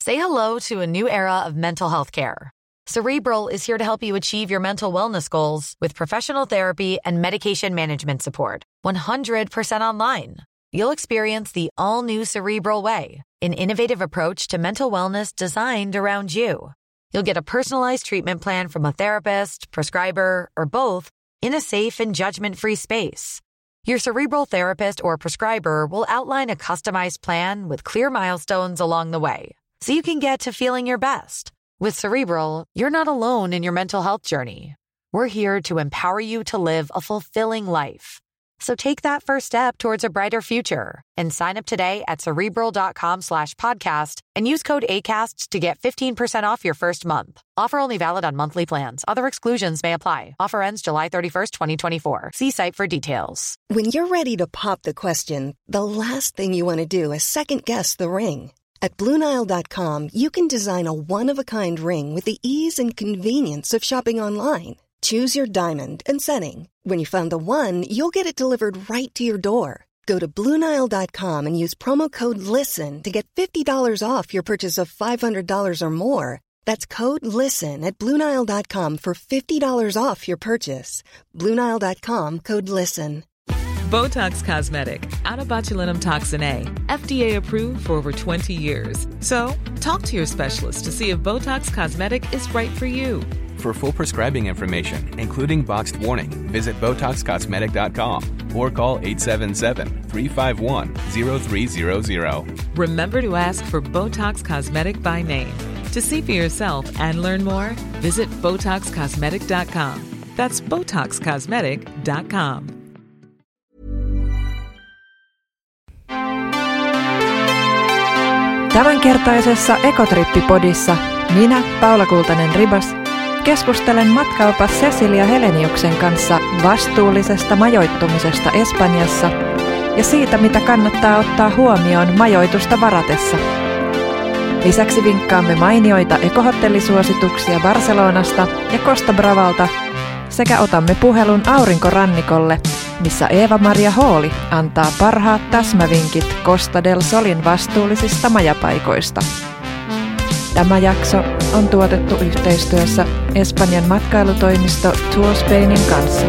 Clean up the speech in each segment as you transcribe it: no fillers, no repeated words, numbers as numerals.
Say hello to a new era of mental health care. Cerebral is here to help you achieve your mental wellness goals with professional therapy and medication management support. 100% online. You'll experience the all-new Cerebral Way, an innovative approach to mental wellness designed around you. You'll get a personalized treatment plan from a therapist, prescriber, or both in a safe and judgment-free space. Your Cerebral therapist or prescriber will outline a customized plan with clear milestones along the way, so you can get to feeling your best. With Cerebral, you're not alone in your mental health journey. We're here to empower you to live a fulfilling life. So take that first step towards a brighter future and sign up today at Cerebral.com/podcast and use code ACAST to get 15% off your first month. Offer only valid on monthly plans. Other exclusions may apply. Offer ends July 31st, 2024. See site for details. When you're ready to pop the question, the last thing you want to do is second-guess the ring. At BlueNile.com, you can design a one-of-a-kind ring with the ease and convenience of shopping online. Choose your diamond and setting. When you find the one, you'll get it delivered right to your door. Go to BlueNile.com and use promo code LISTEN to get $50 off your purchase of $500 or more. That's code LISTEN at BlueNile.com for $50 off your purchase. BlueNile.com, code LISTEN. Botox Cosmetic, out of botulinum toxin A, FDA approved for over 20 years. So, talk to your specialist to see if Botox Cosmetic is right for you. For full prescribing information, including boxed warning, visit BotoxCosmetic.com or call 877-351-0300. Remember to ask for Botox Cosmetic by name. To see for yourself and learn more, visit BotoxCosmetic.com. That's BotoxCosmetic.com. Tämänkertaisessa Ekotrippi-podissa minä, Paula Kultanen-Ribas, keskustelen matkaopas Cecilia Heleniuksen kanssa vastuullisesta majoittumisesta Espanjassa ja siitä, mitä kannattaa ottaa huomioon majoitusta varatessa. Lisäksi vinkkaamme mainioita ekohotellisuosituksia Barcelonasta ja Costa Bravalta sekä otamme puhelun Aurinkorannikolle, missä Eeva-Maria Hooli antaa parhaat täsmävinkit Costa del Solin vastuullisista majapaikoista. Tämä jakso on tuotettu yhteistyössä Espanjan matkailutoimisto Tour Spainin kanssa.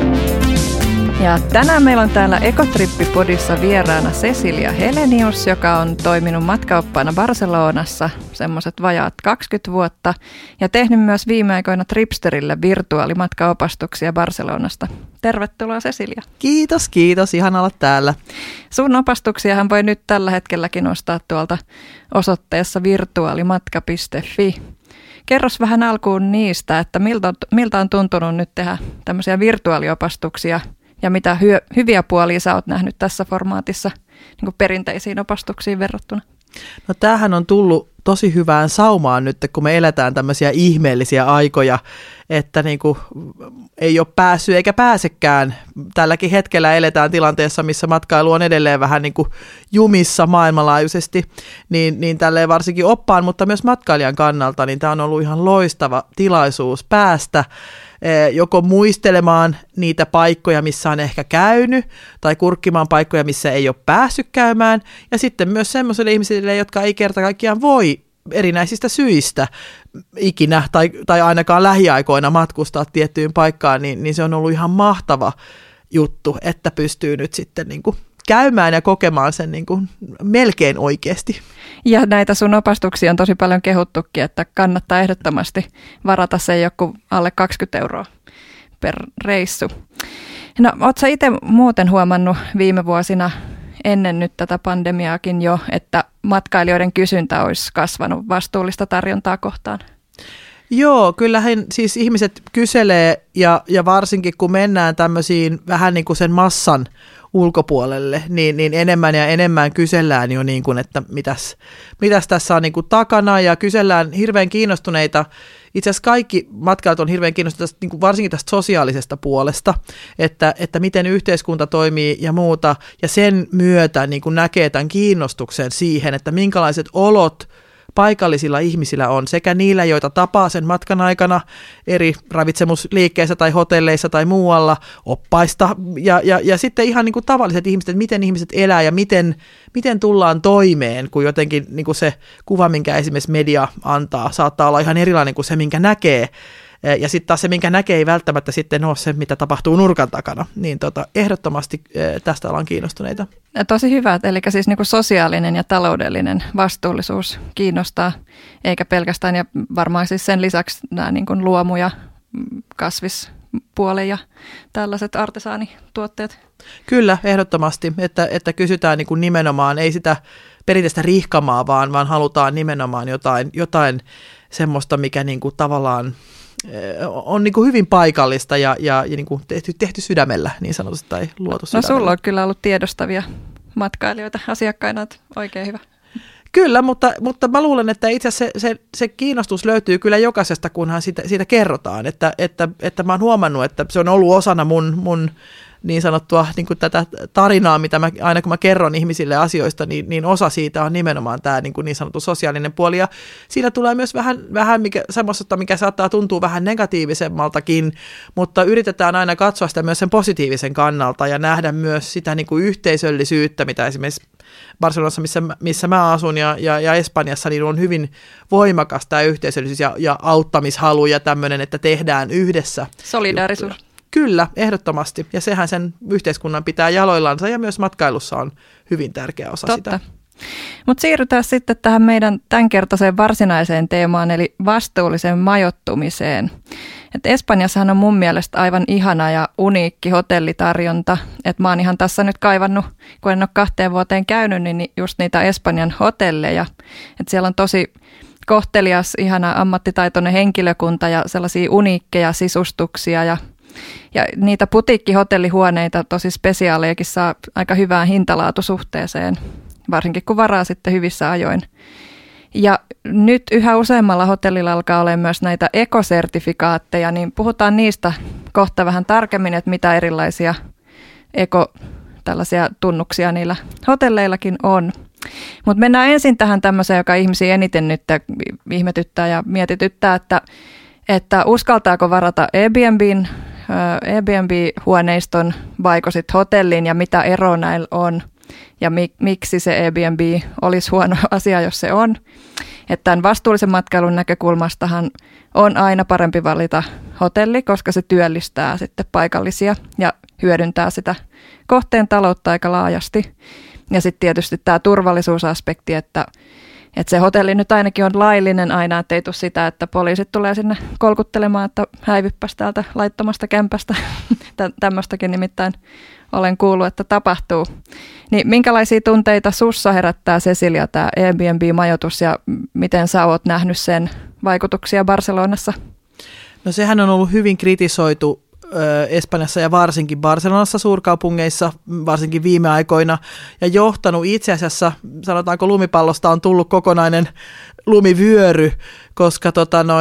Ja tänään meillä on täällä Ekotrippi-podissa vieraana Cecilia Helenius, joka on toiminut matkaoppaana Barcelonassa semmoiset vajaat 20 vuotta ja tehnyt myös viime aikoina Tripsterille virtuaalimatkaopastuksia Barcelonasta. Tervetuloa Cecilia. Kiitos. Ihana olla täällä. Sun opastuksiahan voi nyt tällä hetkelläkin ostaa tuolta osoitteessa virtuaalimatka.fi. Kerros vähän alkuun niistä, että miltä on tuntunut nyt tehdä tämmöisiä virtuaaliopastuksia ja mitä hyviä puolia sä oot nähnyt tässä formaatissa niin kuin perinteisiin opastuksiin verrattuna? No tämähän on tullut tosi hyvään saumaan nyt, kun me eletään tämmöisiä ihmeellisiä aikoja, että niin kuin ei ole päässyt eikä pääsekään. Tälläkin hetkellä eletään tilanteessa, missä matkailu on edelleen vähän niin kuin jumissa maailmanlaajuisesti, niin tälleen varsinkin oppaan, mutta myös matkailijan kannalta, niin tämä on ollut ihan loistava tilaisuus päästä joko muistelemaan niitä paikkoja, missä on ehkä käynyt, tai kurkkimaan paikkoja, missä ei ole päässyt käymään, ja sitten myös semmoisille ihmisille, jotka ei kerta kaikkiaan voi erinäisistä syistä ikinä tai ainakaan lähiaikoina matkustaa tiettyyn paikkaan, niin se on ollut ihan mahtava juttu, että pystyy nyt sitten niin kuin käymään ja kokemaan sen niin kuin melkein oikeasti. Ja näitä sun opastuksia on tosi paljon kehuttukin, että kannattaa ehdottomasti varata se joku alle 20 € per reissu. No, oot sä itse muuten huomannut viime vuosina ennen nyt tätä pandemiaakin jo, että matkailijoiden kysyntä olisi kasvanut vastuullista tarjontaa kohtaan? Joo, kyllähän siis ihmiset kyselee ja varsinkin kun mennään tämmöisiin vähän niin kuin sen massan ulkopuolelle, niin enemmän ja enemmän kysellään jo niin kuin, että mitäs tässä on niin kuin takana ja kysellään hirveän kiinnostuneita. Itse asiassa kaikki matkailijat on hirveän kiinnostuneita niin kuin varsinkin tästä sosiaalisesta puolesta, että miten yhteiskunta toimii ja muuta ja sen myötä niin kuin näkee tämän kiinnostuksen siihen, että minkälaiset olot paikallisilla ihmisillä on, sekä niillä, joita tapaa sen matkan aikana eri ravitsemusliikkeissä tai hotelleissa tai muualla, oppaista, ja sitten ihan niin kuin tavalliset ihmiset, että miten ihmiset elää ja miten tullaan toimeen, kun jotenkin niin kuin se kuva, minkä esimerkiksi media antaa, saattaa olla ihan erilainen kuin se, minkä näkee. Ja sitten taas se, minkä näkee, ei välttämättä sitten ole se, mitä tapahtuu nurkan takana. Niin ehdottomasti tästä ollaan kiinnostuneita. Tosi hyvä, eli siis niin kuin sosiaalinen ja taloudellinen vastuullisuus kiinnostaa, eikä pelkästään, ja varmaan siis sen lisäksi nämä niin kuin luomu- ja kasvispuoli ja tällaiset artesaanituotteet. Kyllä, ehdottomasti, että kysytään niin kuin nimenomaan, ei sitä perinteistä rihkamaa, vaan halutaan nimenomaan jotain semmoista, mikä niin kuin tavallaan on niin kuin hyvin paikallista ja niin kuin tehty sydämellä, niin sanotusti, tai luotu sydämellä. No sulla on kyllä ollut tiedostavia matkailijoita asiakkaina, että oikein hyvä. Kyllä, mutta mä luulen, että itse asiassa se kiinnostus löytyy kyllä jokaisesta, kunhan siitä kerrotaan, että mä oon huomannut, että se on ollut osana mun niin sanottua niin kuin tätä tarinaa, mitä aina kun mä kerron ihmisille asioista, niin osa siitä on nimenomaan tämä niin sanottu sosiaalinen puoli, ja siinä tulee myös vähän semmoista, mikä saattaa tuntua vähän negatiivisemmaltakin, mutta yritetään aina katsoa sitä myös sen positiivisen kannalta ja nähdä myös sitä niin kuin yhteisöllisyyttä, mitä esimerkiksi Barcelonassa, missä mä asun, ja Espanjassa, niin on hyvin voimakas tämä yhteisöllisyys ja auttamishalu ja tämmöinen, että tehdään yhdessä. Solidaarisuus. Kyllä, ehdottomasti. Ja sehän sen yhteiskunnan pitää jaloillansa, ja myös matkailussa on hyvin tärkeä osa sitä. Mutta siirrytään sitten tähän meidän tämänkertaiseen varsinaiseen teemaan, eli vastuulliseen majoittumiseen. Et Espanjassahan on mun mielestä aivan ihana ja uniikki hotellitarjonta. Et mä oon ihan tässä nyt kaivannut, kun en ole 2 vuoteen käynyt, niin just niitä Espanjan hotelleja. Et siellä on tosi kohtelias, ihana ammattitaitoinen henkilökunta ja sellaisia uniikkeja sisustuksia ja niitä putiikkihotellihuoneita, tosi spesiaalejakin, saa aika hyvään hintalaatusuhteeseen, varsinkin kun varaa sitten hyvissä ajoin. Ja nyt yhä useammalla hotellilla alkaa olla myös näitä ekosertifikaatteja, niin puhutaan niistä kohta vähän tarkemmin, että mitä erilaisia tällaisia tunnuksia niillä hotelleillakin on. Mutta mennään ensin tähän tämmöiseen, joka ihmisiä eniten nyt ihmetyttää ja mietityttää, että uskaltaako varata Airbnb-huoneiston vaiko sitten hotellin ja mitä eroa näillä on ja miksi se Airbnb olisi huono asia, jos se on. Että tämän vastuullisen matkailun näkökulmastahan on aina parempi valita hotelli, koska se työllistää sitten paikallisia ja hyödyntää sitä kohteen taloutta aika laajasti. Ja sitten tietysti tämä turvallisuusaspekti, että se hotelli nyt ainakin on laillinen aina, että ei tule sitä, että poliisit tulee sinne kolkuttelemaan, että häivyppäs täältä laittomasta kämpästä. Tämmöistäkin nimittäin olen kuullut, että tapahtuu. Niin minkälaisia tunteita sussa herättää, Cecilia, tämä Airbnb-majoitus, ja miten sä oot nähnyt sen vaikutuksia Barcelonassa? No sehän on ollut hyvin kritisoitu Espanjassa ja varsinkin Barcelonassa, suurkaupungeissa, varsinkin viime aikoina, ja johtanut itse asiassa, sanotaanko lumipallosta on tullut kokonainen lumivyöry, koska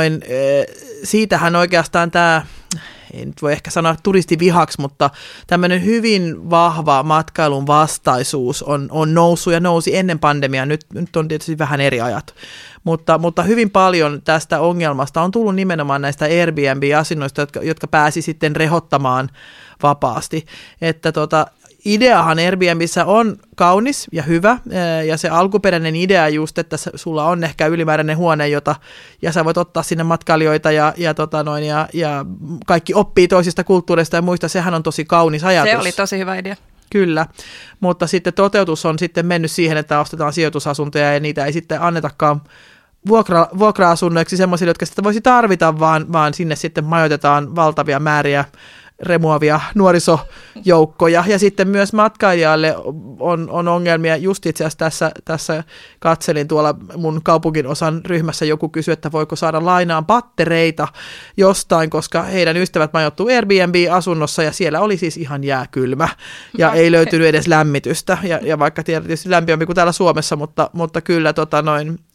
siitähän oikeastaan tämä, ei nyt voi ehkä sanoa turistivihaksi, mutta tämmöinen hyvin vahva matkailun vastaisuus on noussut ja nousi ennen pandemiaa, nyt on tietysti vähän eri ajat. Mutta hyvin paljon tästä ongelmasta on tullut nimenomaan näistä Airbnb-asunnoista, jotka pääsi sitten rehottamaan vapaasti. Että ideahan Airbnbissä on kaunis ja hyvä, ja se alkuperäinen idea just, että sulla on ehkä ylimääräinen huone, ja sä voit ottaa sinne matkailijoita ja kaikki oppii toisista kulttuureista ja muista, sehän on tosi kaunis ajatus. Se oli tosi hyvä idea. Kyllä, mutta sitten toteutus on sitten mennyt siihen, että ostetaan sijoitusasuntoja ja niitä ei sitten annetakaan vuokra-asunnoiksi semmoisille, jotka sitä voisi tarvita, vaan sinne sitten majoitetaan valtavia määriä remuavia nuorisojoukkoja. Ja sitten myös matkailijalle on ongelmia. Just itse asiassa tässä katselin tuolla mun kaupunginosan ryhmässä, joku kysyi, että voiko saada lainaan pattereita jostain, koska heidän ystävät majoittuu Airbnb-asunnossa ja siellä oli siis ihan jääkylmä ja ei löytynyt edes lämmitystä. Ja vaikka tietysti lämpimämpi kuin täällä Suomessa, mutta kyllä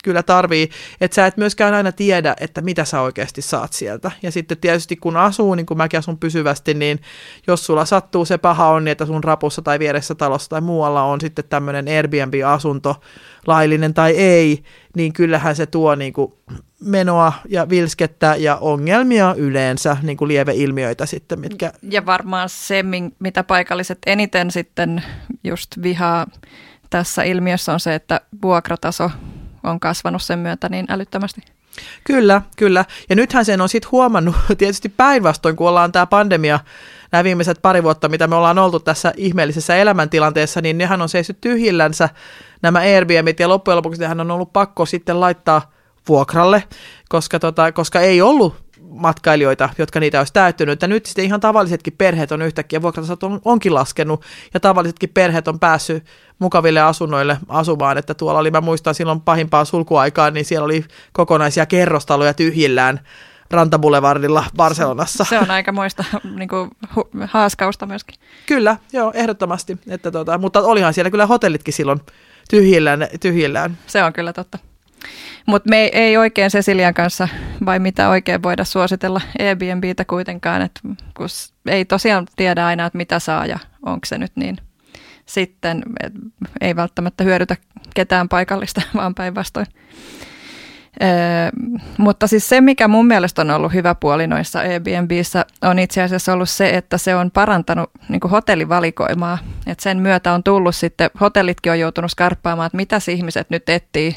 kyllä tarvii, että sä et myöskään aina tiedä, että mitä sä oikeasti saat sieltä. Ja sitten tietysti kun asuu, niin kuin mäkin asun pysyvästi, niin jos sulla sattuu se paha onni, että sun rapussa tai vieressä talossa tai muualla on sitten tämmöinen Airbnb-asunto, laillinen tai ei, niin kyllähän se tuo niin kuin menoa ja vilskettä ja ongelmia yleensä, niin kuin lieveilmiöitä sitten, mitkä... Ja varmaan se, mitä paikalliset eniten sitten just vihaa tässä ilmiössä on se, että vuokrataso on kasvanut sen myötä niin älyttömästi. Kyllä, kyllä. Ja nythän sen on sitten huomannut tietysti päinvastoin, kun ollaan tämä pandemia, nämä viimeiset 2 vuotta, mitä me ollaan oltu tässä ihmeellisessä elämäntilanteessa, niin nehän on seissyt tyhjillänsä nämä Airbnbit, ja loppujen lopuksi nehän on ollut pakko sitten laittaa vuokralle, koska ei ollut matkailijoita, jotka niitä olisi täyttynyt. Ja nyt sitten ihan tavallisetkin perheet on yhtäkkiä, vuokratasot onkin laskenut, ja tavallisetkin perheet on päässyt mukaville asunnoille asumaan, että tuolla oli, mä muistan silloin pahimpaan sulkuaikaan, niin siellä oli kokonaisia kerrostaloja tyhjillään Rantaboulevardilla Barcelonassa. Se on aikamoista niin kuin haaskausta myöskin. Kyllä, joo, ehdottomasti. Mutta olihan siellä kyllä hotellitkin silloin tyhjillään. Se on kyllä totta. Mutta me ei oikein Cecilian kanssa vai mitä oikein voida suositella Airbnbtä kuitenkaan, että kun ei tosiaan tiedä aina, että mitä saa ja onko se nyt niin sitten ei välttämättä hyödytä ketään paikallista, vaan päinvastoin. Mutta siis se, mikä mun mielestä on ollut hyvä puoli noissa Airbnbissä, on itse asiassa ollut se, että se on parantanut niin kuin hotellivalikoimaa. Et sen myötä on tullut sitten, hotellitkin on joutunut skarppaamaan, että mitä ihmiset nyt etsii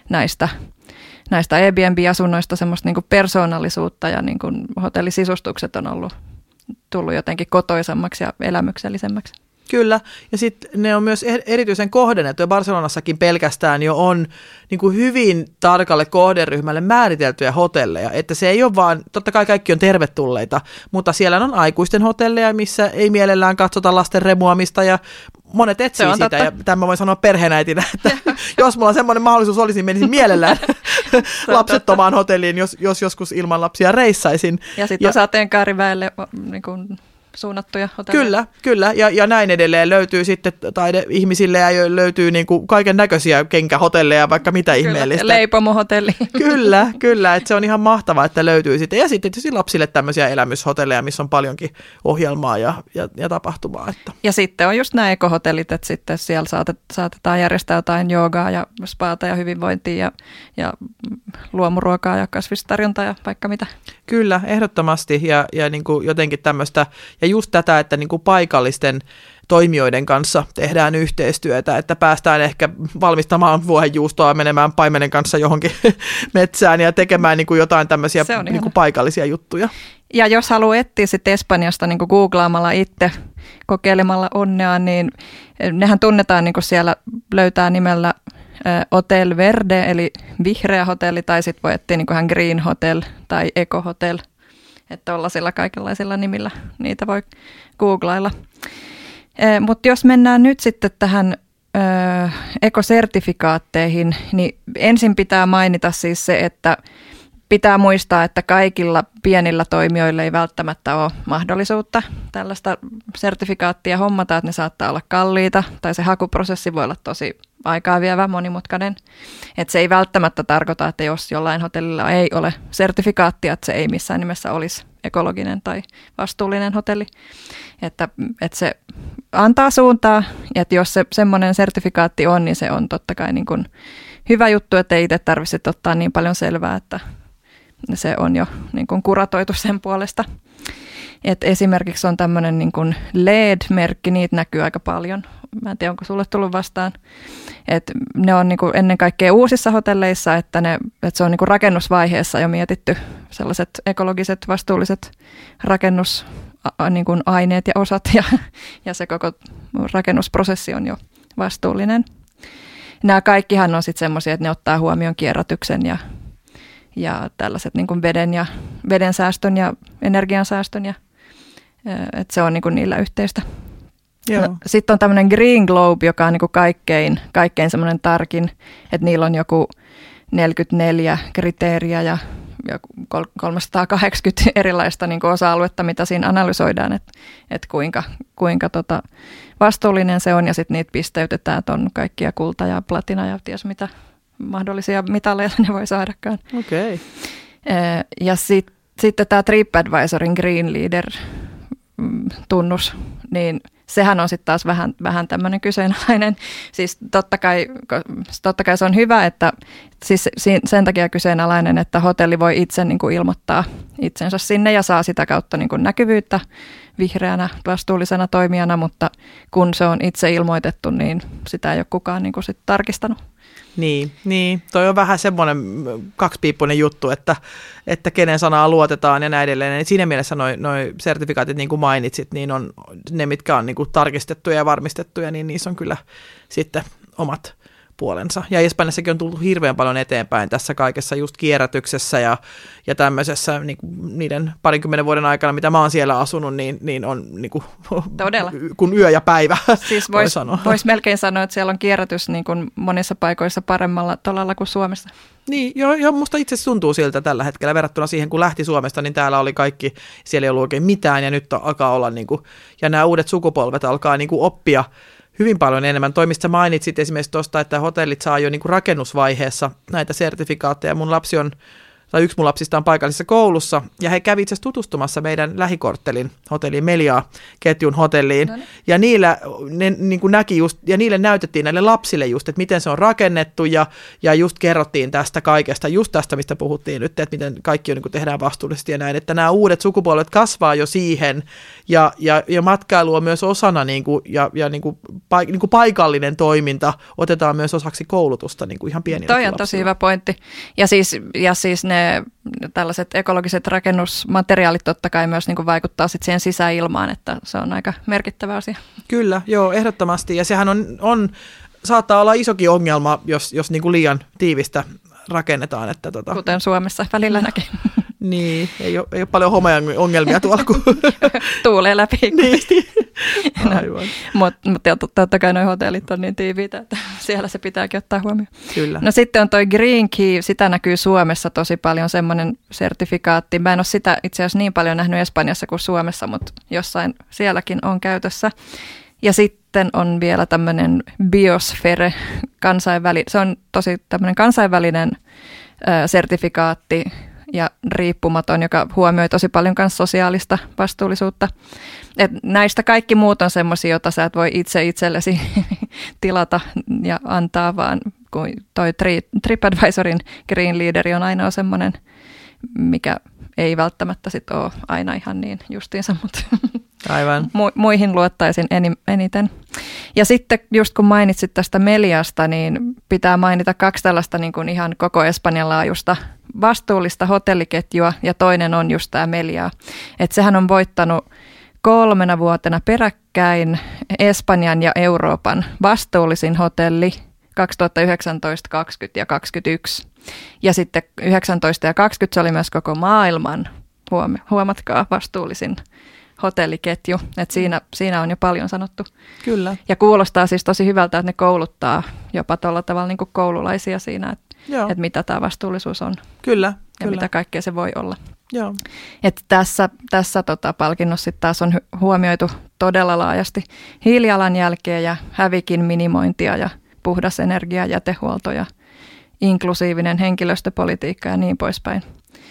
näistä Airbnb-asunnoista, semmoista niin kuin persoonallisuutta ja niin kuin hotellisisustukset on tullut jotenkin kotoisammaksi ja elämyksellisemmäksi. Kyllä, ja sitten ne on myös erityisen kohdennettu, ja Barcelonassakin pelkästään jo on niin kuin hyvin tarkalle kohderyhmälle määriteltyjä hotelleja, että se ei ole vaan, totta kai kaikki on tervetulleita, mutta siellä on aikuisten hotelleja, missä ei mielellään katsota lasten remuamista, ja monet etsii sitä, totta. Ja tämän mä voin sanoa perheenäitinä, että jos mulla semmoinen mahdollisuus olisi, niin menisin mielellään lapsettomaan hotelliin, jos joskus ilman lapsia reissaisin. Ja sitten on sateenkaariväelle niin kuin suunnattuja hotelleja. Kyllä. Ja näin edelleen löytyy sitten taideihmisille ja löytyy niin kuin kaiken näköisiä kenkähotelleja, vaikka mitä ihmeellistä. Leipomohotelli. Kyllä, että se on ihan mahtavaa, että löytyy sitten. Ja sitten tietysti lapsille tämmöisiä elämyshotelleja, missä on paljonkin ohjelmaa ja tapahtumaa. Että. Ja sitten on just nämä ekohotellit, että sitten siellä saatetaan järjestää jotain joogaa ja spaata ja hyvinvointia ja luomuruokaa ja kasvistarjontaa ja vaikka mitä. Kyllä, ehdottomasti ja niin kuin jotenkin tämmöistä. Ja just tätä, että niin kuin paikallisten toimijoiden kanssa tehdään yhteistyötä, että päästään ehkä valmistamaan vuohenjuustoa, menemään paimenen kanssa johonkin metsään ja tekemään niin kuin jotain tämmöisiä niin kuin paikallisia juttuja. Ja jos haluaa etsiä sitten Espanjasta niin kuin googlaamalla itse, kokeilemalla onnea, niin nehän tunnetaan niin kuin siellä löytää nimellä Hotel Verde, eli vihreä hotelli, tai sitten voi etsiä niin kuin ihan Green Hotel tai Eco Hotel. Että tuollaisilla kaikenlaisilla nimillä niitä voi googlailla. Mutta jos mennään nyt sitten tähän ekosertifikaatteihin, niin ensin pitää mainita siis se, että pitää muistaa, että kaikilla pienillä toimijoilla ei välttämättä ole mahdollisuutta tällaista sertifikaattia hommata, että ne saattaa olla kalliita tai se hakuprosessi voi olla tosi aikaa vievä, monimutkainen. Että se ei välttämättä tarkoita, että jos jollain hotellilla ei ole sertifikaattia, että se ei missään nimessä olisi ekologinen tai vastuullinen hotelli. Että se antaa suuntaa, että jos se semmoinen sertifikaatti on, niin se on totta kai niin kuin hyvä juttu, että ei itse tarvitse ottaa niin paljon selvää, että se on jo niin kuin kuratoitu sen puolesta. Et esimerkiksi on tämmöinen niin kuin LED-merkki, niitä näkyy aika paljon. Mä en tiedä, onko sulle tullut vastaan. Et ne on niin kuin ennen kaikkea uusissa hotelleissa, että se on niin kuin rakennusvaiheessa jo mietitty sellaiset ekologiset, vastuulliset niin kuin aineet ja osat ja se koko rakennusprosessi on jo vastuullinen. Nämä kaikkihan on sitten semmoisia, että ne ottaa huomioon kierrätyksen ja tällaiset niin kuin vedensäästön ja energiansäästön, että se on niin kuin niillä yhteistä. Joo. Sitten on tämmöinen Green Globe, joka on niin kuin kaikkein semmoinen tarkin, että niillä on joku 44 kriteeriä ja 380 erilaista niin kuin osa-aluetta, mitä siinä analysoidaan, että kuinka vastuullinen se on, ja sitten niitä pisteytetään, että on kaikkia kulta ja platina ja ties mitä mahdollisia mitaleja ne voi saadakaan. Okei. Ja sitten tämä TripAdvisorin Green Leader-tunnus, niin sehän on sitten taas vähän tämmöinen kyseenalainen. Siis totta kai se on hyvä, että siis sen takia kyseenalainen, että hotelli voi itse niin kuin ilmoittaa itsensä sinne ja saa sitä kautta niin kuin näkyvyyttä vihreänä vastuullisena toimijana, mutta kun se on itse ilmoitettu, niin sitä ei ole kukaan niin kuin sit tarkistanut. Niin, toi on vähän semmoinen kaksipiippunen juttu, että kenen sanaa luotetaan ja näin edelleen. Siinä mielessä noi sertifikaatit, niin kuin mainitsit, niin on ne, mitkä on niin kuin tarkistettuja ja varmistettuja, niin niissä on kyllä sitten omat puolensa. Ja Espanjassakin on tullut hirveän paljon eteenpäin tässä kaikessa just kierrätyksessä ja tämmöisessä niin kuin niiden 20 vuoden aikana, mitä mä oon siellä asunut, niin on niin kuin, todella kun yö ja päivä, siis vois melkein sanoa, että siellä on kierrätys niin kuin monissa paikoissa paremmalla tolalla kuin Suomessa. Niin, joo, musta itse tuntuu siltä tällä hetkellä verrattuna siihen, kun lähti Suomesta, niin täällä oli kaikki, siellä ei ollut oikein mitään ja nyt alkaa olla, niin kuin, ja nämä uudet sukupolvet alkaa niin kuin oppia hyvin paljon enemmän. Toimista mainitsit esimerkiksi tuosta, että hotellit saa jo niin kuin rakennusvaiheessa näitä sertifikaatteja. Yksi mun lapsista on paikallisessa koulussa, ja he kävi itse asiassa tutustumassa meidän lähikorttelin hotelliin, Melia-ketjun hotelliin, ja ne niin kuin näki just, ja niille näytettiin näille lapsille just, että miten se on rakennettu, ja just kerrottiin tästä kaikesta, just tästä, mistä puhuttiin nyt, että miten kaikki on, niin kuin tehdään vastuullisesti ja näin, että nämä uudet sukupolvet kasvaa jo siihen, ja matkailu on myös osana, niin kuin, ja niin kuin paikallinen toiminta otetaan myös osaksi koulutusta niin kuin ihan pienillä Toi on lapsilla. tosi hyvä pointti, ja siis ne tällaiset ekologiset rakennusmateriaalit totta kai myös niin kuin vaikuttaa sit siihen sisäilmaan, että se on aika merkittävä asia. Kyllä, joo, ehdottomasti. Ja sehän saattaa olla isokin ongelma, jos niin kuin liian tiivistä rakennetaan. Että Kuten Suomessa välillä näkee. Niin, ei ole paljon homeongelmia tuolla, kun tuulee läpi. Niin. Aivan. Mutta totta kai nuo hotellit on niin tiiviitä, että siellä se pitääkin ottaa huomioon. Kyllä. No sitten on toi Green Key, sitä näkyy Suomessa tosi paljon, semmoinen sertifikaatti. Mä en ole sitä itse asiassa niin paljon nähnyt Espanjassa kuin Suomessa, mutta jossain sielläkin on käytössä. Ja sitten on vielä tämmöinen Biosphere, se on tosi tämmöinen kansainvälinen sertifikaatti ja riippumaton, joka huomioi tosi paljon myös sosiaalista vastuullisuutta. Et näistä kaikki muut on semmoisia, joita sä et voi itse itsellesi tilata ja antaa, vaan kun toi TripAdvisorin Green Leader on ainoa semmoinen, mikä ei välttämättä sit ole aina ihan niin justiinsa, mutta aivan. Muihin luottaisin eniten. Ja sitten just kun mainitsit tästä Meliasta, niin pitää mainita 2 tällaista niin kuin ihan koko Espanjan laajuista vastuullista hotelliketjua, ja toinen on just tämä Melia. Että sehän on voittanut 3 vuotena peräkkäin Espanjan ja Euroopan vastuullisin hotelli 2019, 20 ja 2021. Ja sitten 19 ja 20 se oli myös koko maailman, huomatkaa, vastuullisin hotelliketju. Että siinä on jo paljon sanottu. Kyllä. Ja kuulostaa siis tosi hyvältä, että ne kouluttaa jopa tuolla tavalla niin kuin koululaisia siinä, että mitä tämä vastuullisuus on. Kyllä. Ja mitä kaikkea se voi olla. Joo. Että tässä palkinnossa sitten taas on huomioitu todella laajasti hiilijalanjälkeä ja hävikin minimointia ja puhdas energia, jätehuolto ja inklusiivinen henkilöstöpolitiikka ja niin poispäin.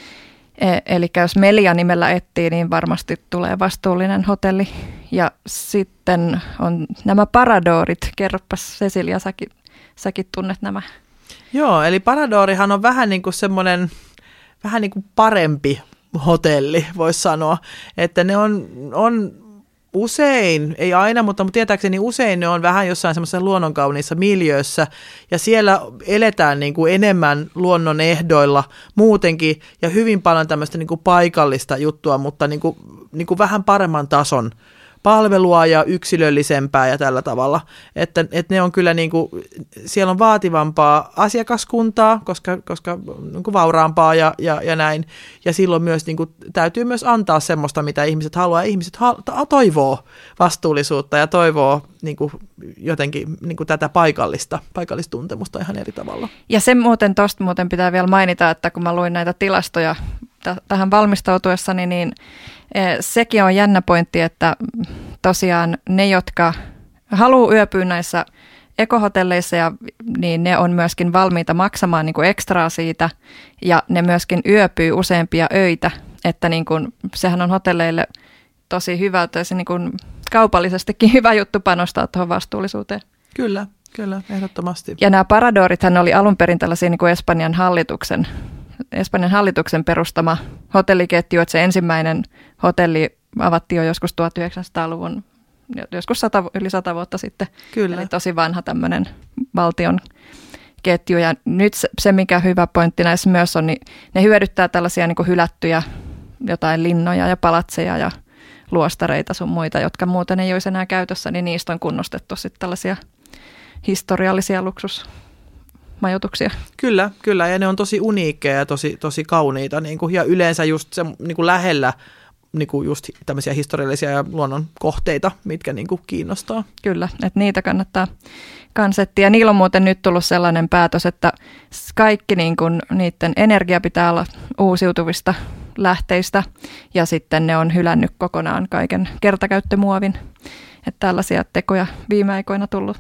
Eli jos Melia nimellä etsii, niin varmasti tulee vastuullinen hotelli. Ja sitten on nämä Paradoorit. Kerropas Cecilia, säkin tunnet nämä. Joo, eli Paradorihan on vähän niin kuin semmoinen, vähän niin kuin parempi hotelli, voisi sanoa. Että ne on usein, ei aina, mutta tietääkseni usein ne on vähän jossain semmoisessa luonnonkauniissa miljöössä, ja siellä eletään niin kuin enemmän luonnon ehdoilla muutenkin, ja hyvin paljon tämmöistä niin kuin paikallista juttua, mutta niin kuin vähän paremman tason palvelua ja yksilöllisempää ja tällä tavalla, että ne on kyllä niin kuin, siellä on vaativampaa asiakaskuntaa, koska niin kuin vauraampaa ja näin, ja silloin myös niin kuin, täytyy myös antaa semmoista, mitä ihmiset haluaa, ihmiset toivoo vastuullisuutta ja toivoo niin kuin, jotenkin niin kuin tätä paikallistuntemusta ihan eri tavalla. Ja tuosta muuten pitää vielä mainita, että kun mä luin näitä tilastoja tähän valmistautuessani, niin sekin on jännä pointti, että tosiaan ne, jotka haluaa yöpyä näissä ekohotelleissa niin ne on myöskin valmiita maksamaan niin kuin ekstraa siitä ja ne myöskin yöpyy useampia öitä, että niin kuin, sehän on hotelleille tosi hyvä, tosi niin kuin kaupallisestikin hyvä juttu panostaa tuohon vastuullisuuteen. Kyllä, ehdottomasti. Ja nämä Paradorithan oli alun perin tällaisia niin kuin Espanjan hallituksen perustama hotelliketju, että se ensimmäinen hotelli avattiin jo joskus 1900-luvun, joskus yli 100 vuotta sitten. Kyllä. Eli tosi vanha tämmöinen valtion ketju. Ja nyt se, mikä hyvä pointti näissä myös on, niin ne hyödyttää tällaisia niin kuin hylättyjä jotain linnoja ja palatseja ja luostareita sun muita, jotka muuten ei olisi enää käytössä, niin niistä on kunnostettu sitten tällaisia historiallisia luksusmajoituksia. Kyllä, ja ne on tosi uniikkeja ja tosi kauniita, niin kuin, ja yleensä just se niin kuin lähellä niin kuin just tämmöisiä historiallisia ja luonnon kohteita, mitkä niin kuin kiinnostaa. Kyllä, että niitä kannattaa kansettia. Ja niillä on muuten nyt tullut sellainen päätös, että kaikki niin kuin, niiden energia pitää olla uusiutuvista lähteistä, ja sitten ne on hylännyt kokonaan kaiken kertakäyttömuovin. Että tällaisia tekoja viime aikoina tullut.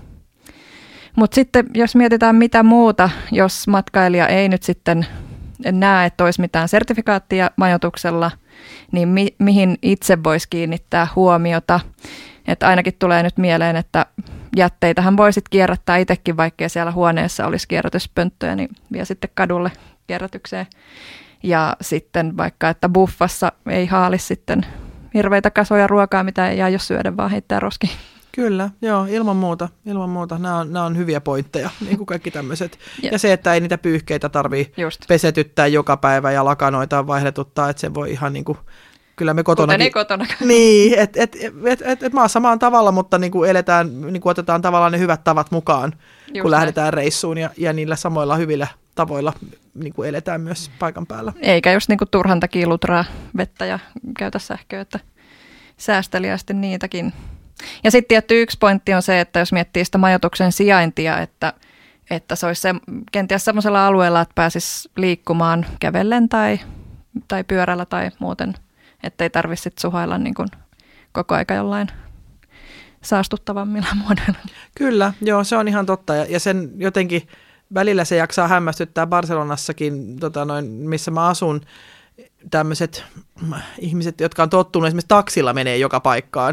Mutta sitten jos mietitään mitä muuta, jos matkailija ei nyt sitten näe, että olisi mitään sertifikaattia majoituksella, niin mihin itse voisi kiinnittää huomiota. Että ainakin tulee nyt mieleen, että jätteitähän voisit kierrättää itsekin, vaikkei siellä huoneessa olisi kierrätyspönttöjä, niin vie sitten kadulle kierrätykseen. Ja sitten vaikka, että buffassa ei haali sitten hirveitä kasoja ruokaa, mitä ei jää jos syödä, vaan heittää roskiin. Kyllä, joo, ilman muuta. Nämä on hyviä pointteja, niin kuin kaikki tämmöiset. Ja se, että ei niitä pyyhkeitä tarvitse pesetyttää joka päivä ja lakanoita vaihdetuttaa, että se voi ihan niin kuin, kyllä me kotonakin. Kuten ei kotona. Niin, että maassa maan tavalla, mutta niin kuin eletään, niin kuin otetaan tavallaan ne hyvät tavat mukaan, kun lähdetään reissuun ja niillä samoilla hyvillä tavoilla niin kuin eletään myös paikan päällä. Eikä just niin kuin turhan takia lutraa vettä ja käytä sähköä, että säästeliästi niitäkin. Ja sitten tietty yksi pointti on se, että jos miettii sitä majoituksen sijaintia, että se olisi kenties sellaisella alueella, että pääsisi liikkumaan kävellen tai pyörällä tai muuten, että ei tarvitse sitten suhailla niin kuin koko aika jollain saastuttavammilla muodoilla. Kyllä, joo, se on ihan totta ja sen jotenkin välillä se jaksaa hämmästyttää Barcelonassakin, missä mä asun, tämmöiset ihmiset, jotka on tottunut esimerkiksi taksilla menee joka paikkaan.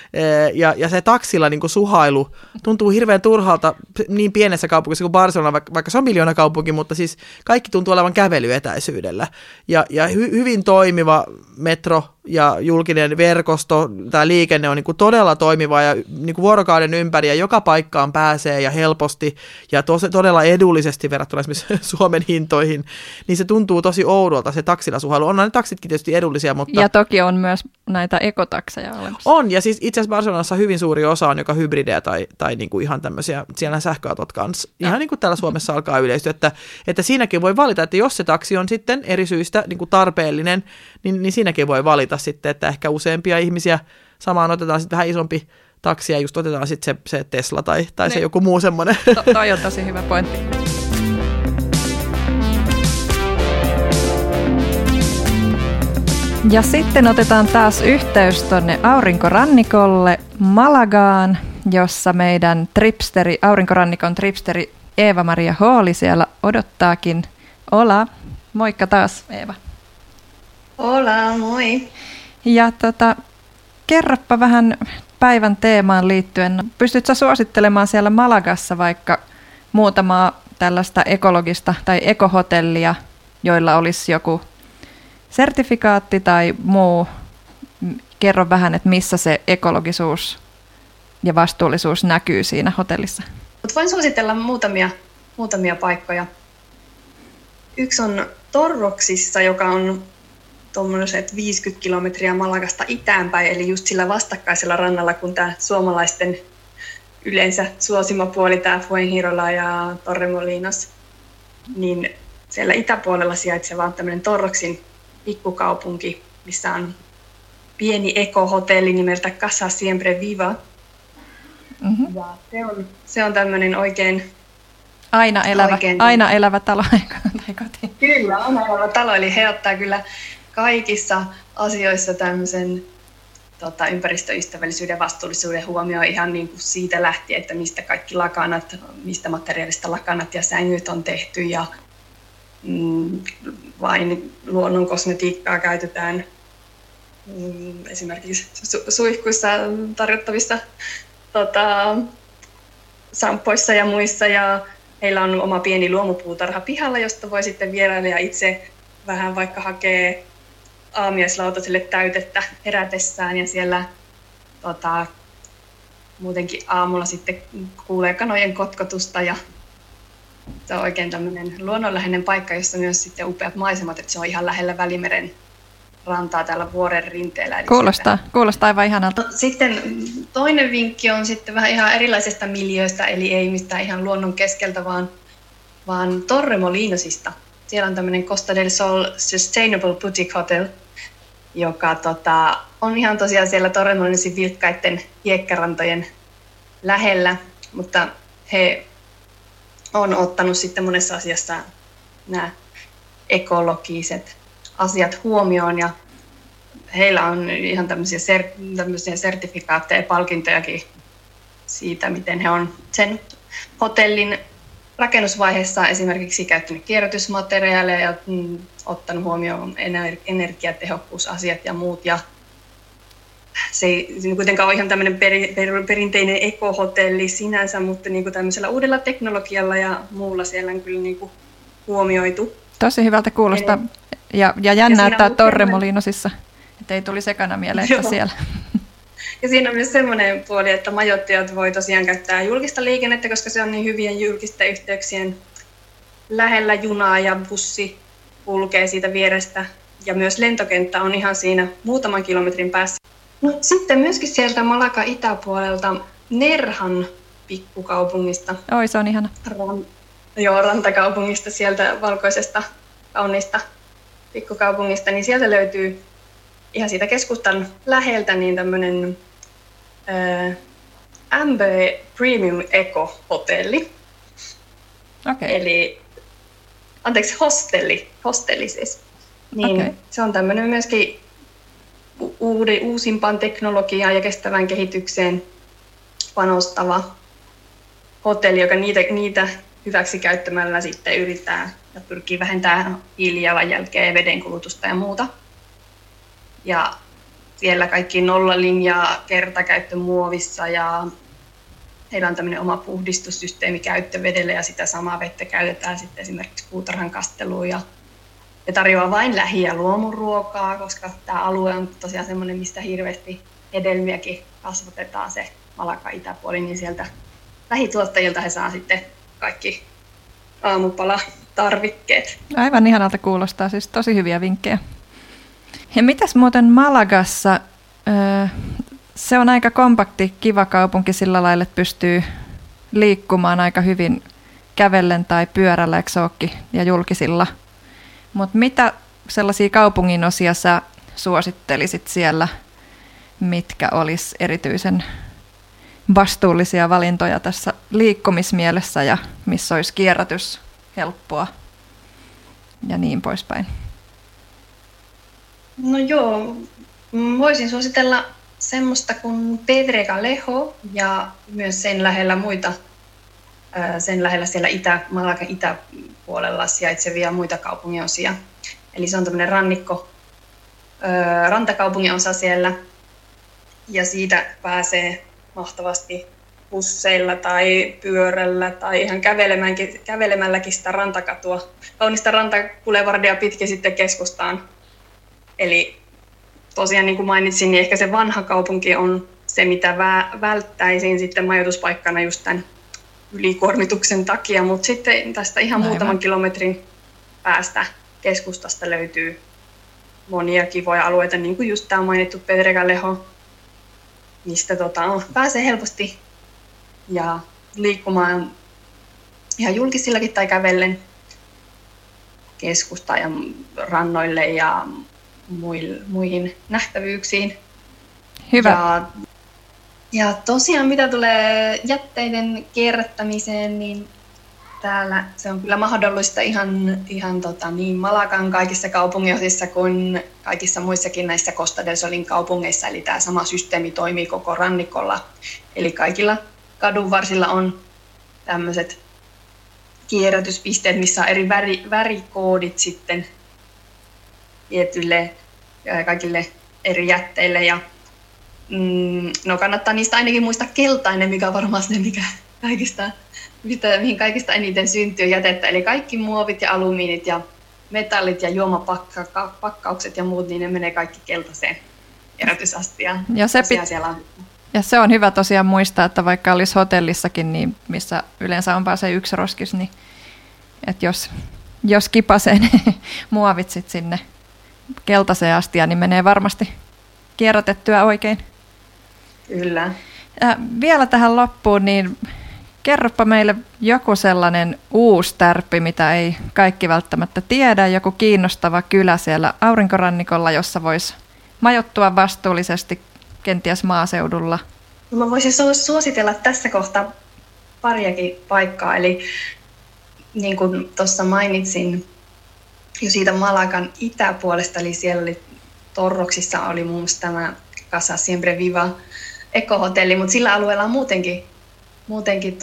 Ja se taksilla niin kuin suhailu tuntuu hirveän turhalta niin pienessä kaupungissa kuin Barcelona, vaikka se on miljoonakaupunki, mutta siis kaikki tuntuu olevan kävelyetäisyydellä. Ja hyvin toimiva metro ja julkinen verkosto, tämä liikenne on niin kuin todella toimiva ja niin kuin vuorokauden ympäri ja joka paikkaan pääsee ja helposti ja todella edullisesti verrattuna esimerkiksi Suomen hintoihin, niin se tuntuu tosi oudolta se taksilla suhailu. On ne taksitkin tietysti edullisia, mutta... Ja toki on myös näitä ekotakseja olemassa. On, ja siis itse asiassa Barcelonassa hyvin suuri osa on joka hybridejä tai niin kuin ihan tämmöisiä, siellä sähköautot kanssa. Ihan niin kuin täällä Suomessa alkaa yleistyä, että siinäkin voi valita, että jos se taksi on sitten eri syistä niin kuin tarpeellinen, niin siinäkin voi valita sitten, että ehkä useampia ihmisiä samaan otetaan sitten vähän isompi taksi ja just otetaan sitten se Tesla tai se joku muu semmoinen. Toi on tosi hyvä pointti. Ja sitten otetaan taas yhteys tuonne aurinkorannikolle Malagaan, jossa meidän aurinkorannikon tripsteri Eeva-Maria Hooli siellä odottaakin. Hola, moikka taas Eeva. Hola, moi. Ja kerropa vähän päivän teemaan liittyen. Pystytkö suosittelemaan siellä Malagassa vaikka muutamaa tällaista ekologista tai ekohotellia, joilla olisi joku sertifikaatti tai muu? Kerro vähän, että missä se ekologisuus ja vastuullisuus näkyy siinä hotellissa. Voin suositella muutamia paikkoja. Yksi on Torroksissa, joka on tuommoiset 50 kilometriä Malagasta itäänpäin, eli just sillä vastakkaisella rannalla, kun tämä suomalaisten yleensä suosima puoli, tämä Fuengirola ja Torremolinos, niin siellä itäpuolella sijaitseva on tämmöinen Torroksin pikkukaupunki, missä on pieni ekohotelli nimeltä Casa Siempre Viva. Mm-hmm. Ja se on tämmöinen oikein aina elävä talo tai koti. Kyllä, aina elävä talo, eli he ottaa kyllä kaikissa asioissa tämmöisen ympäristöystävällisyyden ja vastuullisuuden huomioon ihan niin kuin siitä lähtien, että mistä kaikki lakanat, mistä materiaalista lakanat ja sängyt on tehty ja vain luonnon kosmetiikkaa käytetään esimerkiksi suihkuissa tarjottavissa sampoissa ja muissa. Ja heillä on oma pieni luomupuutarha pihalla, josta voi sitten vierailija itse vähän vaikka hakee aamiaislautaselle täytettä herätessään ja siellä muutenkin aamulla sitten kuulee kanojen kotkotusta ja se on oikein tämmöinen luonnonläheinen paikka, jossa myös sitten upeat maisemat, että se on ihan lähellä Välimeren rantaa täällä vuoren rinteellä. Kuulostaa aivan ihanalta. Sitten toinen vinkki on sitten vähän ihan erilaisesta miljööstä, eli ei mistään ihan luonnon keskeltä, vaan Torremolinosista. Siellä on tämmöinen Costa del Sol Sustainable Boutique Hotel, joka on ihan tosiaan siellä Torremolinosin vilkkaiden hiekkarantojen lähellä, mutta he on ottanut sitten monessa asiassa nämä ekologiset asiat huomioon ja heillä on ihan tämmöisiä sertifikaatteja ja palkintojakin siitä, miten he on sen hotellin rakennusvaiheessa esimerkiksi käyttänyt kierrätysmateriaaleja ja ottanut huomioon energiatehokkuusasiat ja muut. Ja se ei kuitenkaan ole ihan tämmöinen perinteinen ekohotelli sinänsä, mutta niin kuin tämmöisellä uudella teknologialla ja muulla siellä on kyllä niin kuin huomioitu. Tosi hyvältä kuulostaa ja jännä, että Torremolinosissa, että ei tuli sekana mieleen, että siellä. Ja siinä on myös semmoinen puoli, että majoittajat voi tosiaan käyttää julkista liikennettä, koska se on niin hyvien julkisten yhteyksien lähellä, junaa ja bussi kulkee siitä vierestä. Ja myös lentokenttä on ihan siinä muutaman kilometrin päässä. No, sitten myöskin sieltä Malaga itäpuolelta Nerhan pikkukaupungista. Oi, se on ihana. Rantakaupungista, sieltä valkoisesta kauniista pikkukaupungista, niin sieltä löytyy ihan siitä keskustan läheltä niin tämmöinen Ambe Premium Eco-hotelli. Okay. Eli, hostelli siis. Niin Okay. se on tämmöinen myöskin uusimpaan teknologiaan ja kestävään kehitykseen panostava hotelli, joka niitä hyväksi käyttämällä sitten yrittää ja pyrkii vähentämään hiilijalanjälkeä ja vedenkulutusta ja muuta. Ja siellä kaikki nollalinjaa kertakäyttömuovissa ja heillä on tämmöinen oma puhdistussysteemi käyttövedelle ja sitä samaa vettä käytetään sitten esimerkiksi puutarhan kasteluun. Ja he tarjoaa vain lähi- ja luomuruokaa, koska tämä alue on tosiaan semmoinen, mistä hirveästi hedelmiäkin kasvatetaan se Malaga itäpuoli, niin sieltä lähituottajilta he saa sitten kaikki aamupalatarvikkeet. Aivan ihanalta kuulostaa, siis tosi hyviä vinkkejä. Ja mitäs muuten Malagassa, se on aika kompakti, kiva kaupunki sillä lailla, että pystyy liikkumaan aika hyvin kävellen tai pyörällä, eikö se olekin, ja julkisilla. Mutta mitä sellaisia kaupunginosia sä suosittelisit siellä, mitkä olisi erityisen vastuullisia valintoja tässä liikkumismielessä ja missä olisi kierrätys helppoa ja niin poispäin? No joo, voisin suositella semmoista kuin Pedregalejo ja myös sen lähellä muita, sen lähellä siellä Malagan itäpuolella sijaitsevia muita kaupunginosia. Eli se on tämmöinen rantakaupungin osa siellä ja siitä pääsee mahtavasti busseilla tai pyörällä tai ihan kävelemälläkin sitä rantakatua, kaunista rantakulevardia pitkin sitten keskustaan. Eli tosiaan niin kuin mainitsin, niin ehkä se vanha kaupunki on se, mitä välttäisin sitten majoituspaikkana just tämän ylikuormituksen takia, mutta sitten tästä ihan muutaman kilometrin päästä keskustasta löytyy monia kivoja alueita, niin kuin just tämä mainittu Pedregalejo, mistä pääsee helposti ja liikkumaan ihan julkisillakin tai kävellen keskustaan ja rannoille ja muihin nähtävyyksiin. Hyvä. Ja tosiaan mitä tulee jätteiden kierrättämiseen, niin Täällä se on kyllä mahdollista ihan niin Malagan kaikissa kaupunginosissa kuin kaikissa muissakin näissä Costa del Solin kaupungeissa. Eli tämä sama systeemi toimii koko rannikolla. Eli kaikilla kadunvarsilla on tämmöiset kierrätyspisteet, missä on eri värikoodit sitten tietyille kaikille eri jätteille. Ja, kannattaa niistä ainakin muistaa keltainen, mikä on varmaan se, mihin kaikista eniten syntyy jätettä. Eli kaikki muovit ja alumiinit ja metallit ja juomapakkaukset ja muut, niin ne menee kaikki keltaiseen kierrätysastiaan. Ja se on hyvä tosiaan muistaa, että vaikka olisi hotellissakin, niin missä yleensä on vaan se yksi roskis, niin että jos kipasee ne muovit sit sinne keltaiseen astiaan, niin menee varmasti kierrätettyä oikein. Kyllä. Vielä tähän loppuun, niin kerropa meille joku sellainen uusi tärppi, mitä ei kaikki välttämättä tiedä, joku kiinnostava kylä siellä aurinkorannikolla, jossa voisi majoittua vastuullisesti kenties maaseudulla. Mä voisin suositella tässä kohtaa pariakin paikkaa, eli niin kuin tuossa mainitsin jo siitä Malagan itäpuolesta, eli siellä oli Torroksissa oli muun muassa tämä Casa Siempre Viva ekohotelli, mutta sillä alueella on muutenkin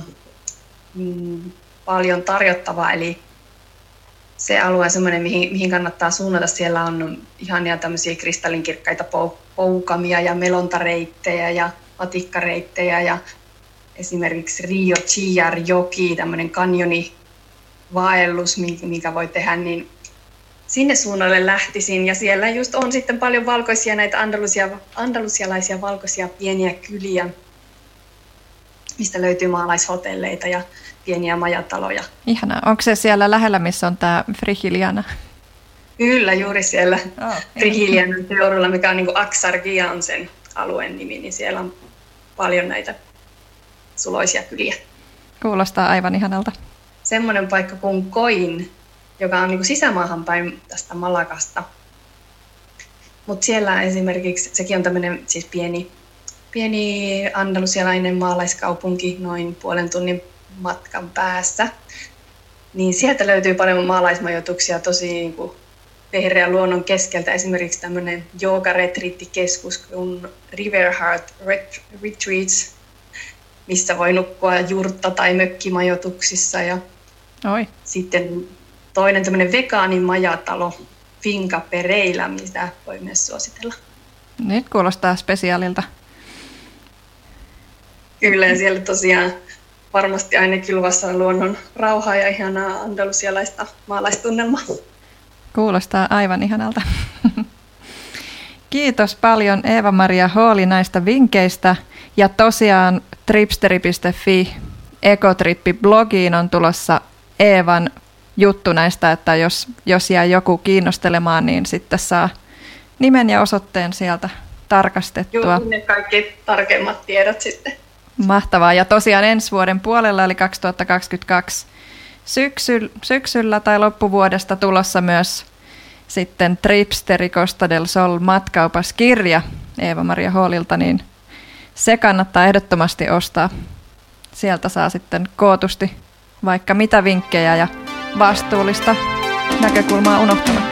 paljon tarjottavaa, eli se alue on semmoinen, mihin kannattaa suunnata. Siellä on ihania tämmöisiä kristallinkirkkaita poukamia ja melontareittejä ja matikkareittejä ja esimerkiksi Rio Chillar-joki, tämmöinen kanjonivaellus, minkä voi tehdä, niin sinne suunnalle lähtisin. Ja siellä just on sitten paljon valkoisia, näitä andalusialaisia valkoisia pieniä kyliä, mistä löytyy maalaishotelleita ja pieniä majataloja. Ihanaa. Onko se siellä lähellä, missä on tämä Frigiliana? Kyllä, juuri siellä Frigilianan seudulla, mikä on niin kuin Axargia on sen alueen nimi, niin siellä on paljon näitä suloisia kyliä. Kuulostaa aivan ihanalta. Semmoinen paikka kuin Coin, joka on niin kuin sisämaahan päin tästä Malagasta. Mutta siellä esimerkiksi, sekin on tämmöinen siis pieni andalusialainen maalaiskaupunki noin puolen tunnin matkan päässä. Niin sieltä löytyy paljon maalaismajoituksia tosi niin kuin vehreän luonnon keskeltä. Esimerkiksi tämmöinen jooga-retriittikeskus kuin Riverheart Retreats, missä voi nukkua jurtta- tai mökkimajoituksissa. Ja sitten toinen tämmöinen vegaanimajatalo Finca Pereira, mitä voi myös suositella. Nyt kuulostaa spesiaalilta. Kyllä, ja siellä tosiaan varmasti ainakin luvassa luonnon rauhaa ja ihanaa andalusialaista maalaistunnelmaa. Kuulostaa aivan ihanalta. Kiitos paljon Eeva-Maria Hooli näistä vinkkeistä. Ja tosiaan tripsteri.fi ekotrippi-blogiin on tulossa Eevan juttu näistä, että jos jää joku kiinnostelemaan, niin sitten saa nimen ja osoitteen sieltä tarkastettua. Joo, ne kaikki tarkemmat tiedot sitten. Mahtavaa. Ja tosiaan ensi vuoden puolella, eli 2022 syksyllä tai loppuvuodesta tulossa myös sitten Tripsteri Costa del Sol -matkaopaskirja Eeva-Maria Hoolilta, niin se kannattaa ehdottomasti ostaa. Sieltä saa sitten kootusti vaikka mitä vinkkejä ja vastuullista näkökulmaa unohtamatta.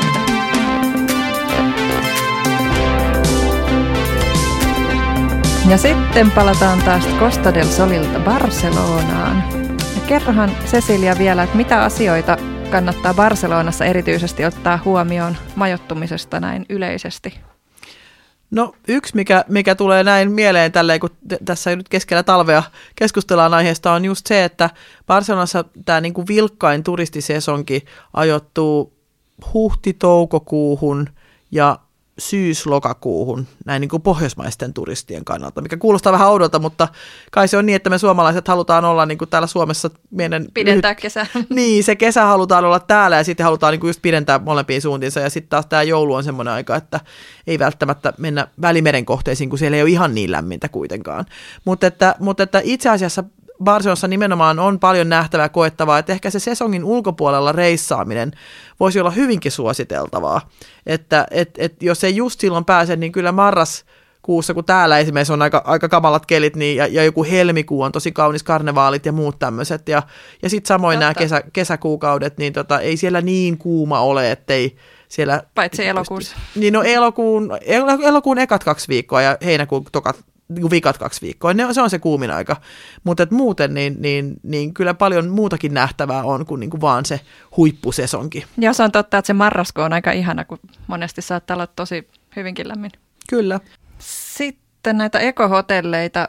Ja sitten palataan taas Costa del Solilta Barcelonaan. Ja kerrohan Cecilia vielä, että mitä asioita kannattaa Barcelonassa erityisesti ottaa huomioon majoittumisesta näin yleisesti? No yksi, mikä tulee näin mieleen tälleen, kun tässä nyt keskellä talvea keskustellaan aiheesta, on just se, että Barcelonassa tämä niin kuin vilkkain turistisesonki ajoittuu huhti-toukokuuhun ja syys-lokakuuhun näin niin kuin pohjoismaisten turistien kannalta, mikä kuulostaa vähän oudolta, mutta kai se on niin, että me suomalaiset halutaan olla niin kuin täällä Suomessa pidentää kesää. Niin, se kesä halutaan olla täällä ja sitten halutaan niin kuin just pidentää molempiin suuntiinsa ja sitten taas tämä joulu on semmoinen aika, että ei välttämättä mennä Välimeren kohteisiin, kun siellä ei ole ihan niin lämmintä kuitenkaan. Mutta että itse asiassa Barcelonassa nimenomaan on paljon nähtävää koettavaa, että ehkä se sesongin ulkopuolella reissaaminen voisi olla hyvinkin suositeltavaa. Että jos ei just silloin pääse, niin kyllä kuussa, kun täällä esimerkiksi on aika kamalat kelit, niin, ja joku helmikuu on tosi kaunis, karnevaalit ja muut tämmöiset, ja sitten samoin nämä kesäkuukaudet, niin ei siellä niin kuuma ole, ettei siellä... Paitsi elokuussa. Niin no elokuun ekat 2 viikkoa ja heinäkuun vikat 2 viikkoa, se on se kuumin aika, mutta muuten niin kyllä paljon muutakin nähtävää on kuin niinku vaan se huippusesonki. Ja se on totta, että se marraskuu on aika ihana, kun monesti saattaa olla tosi hyvinkin lämmin. Kyllä. Sitten näitä ekohotelleita.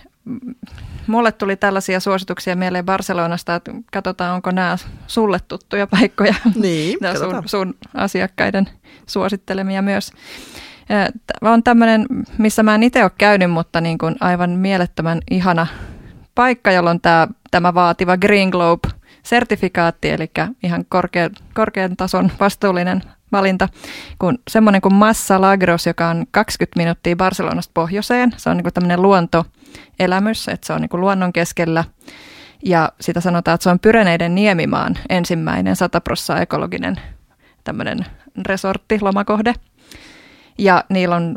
Mulle tuli tällaisia suosituksia mieleen Barcelonasta, että katsotaan, onko nämä sulle tuttuja paikkoja. Niin, sun asiakkaiden suosittelemia myös. On tämmöinen, missä mä en itse ole käynyt, mutta niin kuin aivan mielettömän ihana paikka, jolla on tämä vaativa Green Globe-sertifikaatti, eli ihan korkean tason vastuullinen valinta, kun semmoinen kuin Massa Lagros, joka on 20 minuuttia Barcelonasta pohjoiseen. Se on niin kuin tämmöinen luontoelämys, että se on niin kuin luonnon keskellä. Ja sitä sanotaan, että se on Pyreneiden niemimaan ensimmäinen 100% ekologinen tämmöinen resortti, lomakohde. Ja niillä on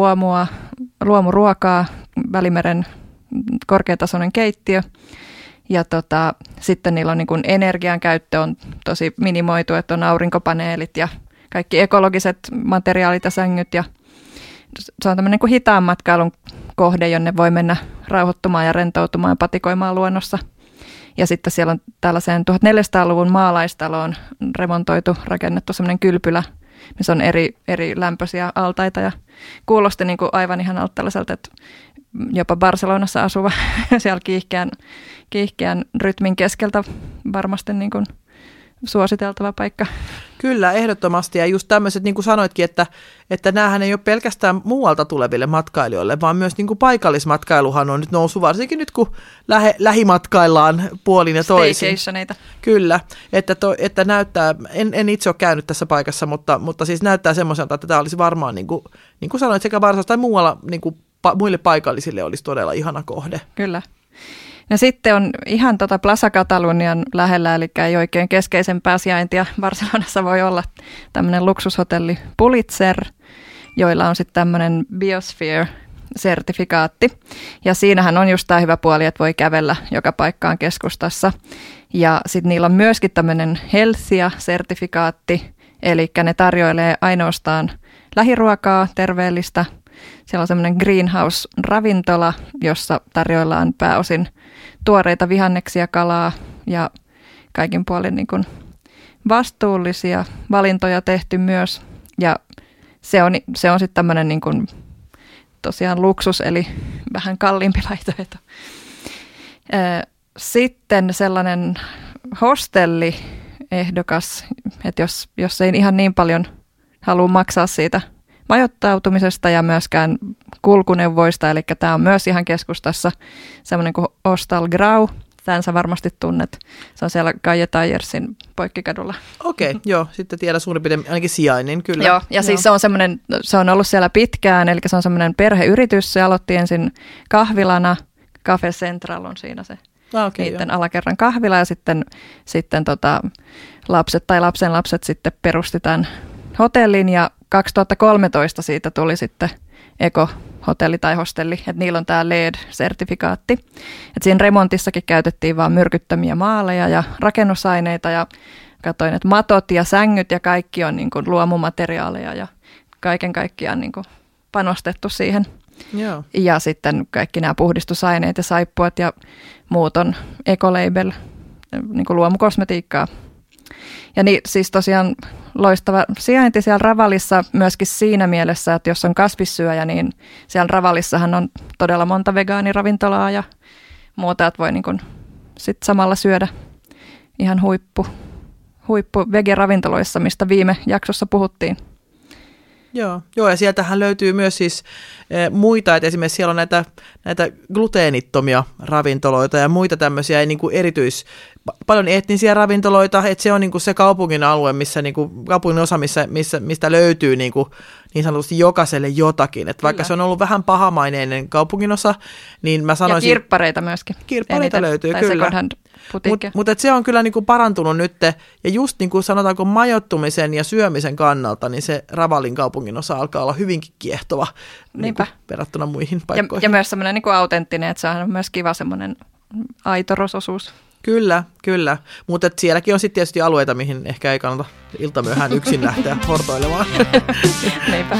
luomuruokaa, Välimeren korkeatasoinen keittiö. Ja sitten niillä on niin kuin energian käyttö on tosi minimoitu, että on aurinkopaneelit ja kaikki ekologiset materiaalit ja sängyt. Ja se on tämmöinen niin kuin hitaan matkailun kohde, jonne voi mennä rauhoittumaan ja rentoutumaan ja patikoimaan luonnossa. Ja sitten siellä on tällaiseen 1400-luvun maalaistaloon rakennettu semmoinen kylpylä, missä on eri lämpöisiä altaita ja kuulosti niin kuin aivan ihan tällaiselta, että jopa Barcelonassa asuva siellä kiihkeän rytmin keskeltä varmasti niin kuin suositeltava paikka. Kyllä, ehdottomasti. Ja just tämmöiset, niin kuin sanoitkin, että näähän ei ole pelkästään muualta tuleville matkailijoille, vaan myös niin kuin paikallismatkailuhan on nyt noussut, varsinkin nyt kun lähimatkaillaan puolin ja toisin. Staycationeita. Kyllä, että näyttää, en itse ole käynyt tässä paikassa, mutta siis näyttää semmoiselta, että tämä olisi varmaan, niin kuin sanoit, sekä Barcelonassa tai muualla, niin kuin muille paikallisille olisi todella ihana kohde. Kyllä. Ja sitten on ihan Plaza Catalunian lähellä, eli ei oikein keskeisempää sijaintia. Barcelonassa voi olla tämmöinen luksushotelli Pulitzer, joilla on sitten tämmöinen Biosphere-sertifikaatti. Ja siinähän on just tämä hyvä puoli, että voi kävellä joka paikkaan keskustassa. Ja sitten niillä on myöskin tämmöinen Healthia-sertifikaatti, eli ne tarjoilee ainoastaan lähiruokaa, terveellistä. Siellä on semmoinen greenhouse-ravintola, jossa tarjoillaan pääosin tuoreita vihanneksia, kalaa ja kaikin puolin niin kuin vastuullisia valintoja tehty myös. Ja se on sitten tämmöinen niin kuin tosiaan luksus, eli vähän kalliimpi vaihtoehto. Sitten sellainen hostelliehdokas, että jos ei ihan niin paljon halua maksaa siitä majoittautumisesta ja myöskään kulkuneuvoista, eli tämä on myös ihan keskustassa semmoinen kuin Hostal Grau. Tämän sä varmasti tunnet. Se on siellä Calle Tallersin poikkikadulla. Okei, joo. Sitten tiedän suurin piirtein ainakin sijainnin, kyllä. Joo, ja siis se on ollut siellä pitkään, eli se on semmoinen perheyritys. Se aloitti ensin kahvilana. Cafe Central on siinä se niiden alakerran kahvila, ja sitten lapset tai lapsenlapset sitten perusti tämän hotellin, ja 2013 siitä tuli sitten ekohotelli tai hostelli, että niillä on tämä LEED-sertifikaatti. Et siinä remontissakin käytettiin vaan myrkyttömiä maaleja ja rakennusaineita ja katsoin, että matot ja sängyt ja kaikki on niin kuin luomumateriaaleja ja kaiken kaikkiaan niin kuin panostettu siihen. Joo. Ja sitten kaikki nämä puhdistusaineet ja saippuat ja muut on ecolabel, niin kuin luomukosmetiikkaa. Ja niin, siis tosiaan loistava sijainti siellä Ravalissa myöskin siinä mielessä, että jos on kasvissyöjä, niin siellä Ravalissahan on todella monta vegaaniravintolaa ja muuta, että voi niin kuin sit samalla syödä ihan huippu vege-ravintoloissa, mistä viime jaksossa puhuttiin. Joo, ja sieltähän löytyy myös siis muita, että esimerkiksi siellä on näitä gluteenittomia ravintoloita ja muita tämmöisiä niin kuin paljon etnisiä ravintoloita, että se on niin kuin se kaupungin alue, missä niin kuin, kaupungin osa, mistä löytyy niin sanotusti jokaiselle jotakin, että vaikka se on ollut vähän pahamaineinen kaupungin osa, niin mä sanoisin... Ja kirppareita myöskin. Kirppareita löytyy, tai kyllä. second hand putiikkeja. Mutta se on kyllä niinku parantunut nyt, ja just niin kuin sanotaanko majoittumisen ja syömisen kannalta, niin se Ravalin kaupungin osa alkaa olla hyvinkin kiehtova niinku verrattuna muihin paikkoihin. Ja myös semmoinen niinku autenttinen, että se on myös kiva semmoinen aitorososuus. Kyllä. Mutta sielläkin on sitten tietysti alueita, mihin ehkä ei kannata iltamyöhään yksin lähteä hortoilemaan. Niinpä.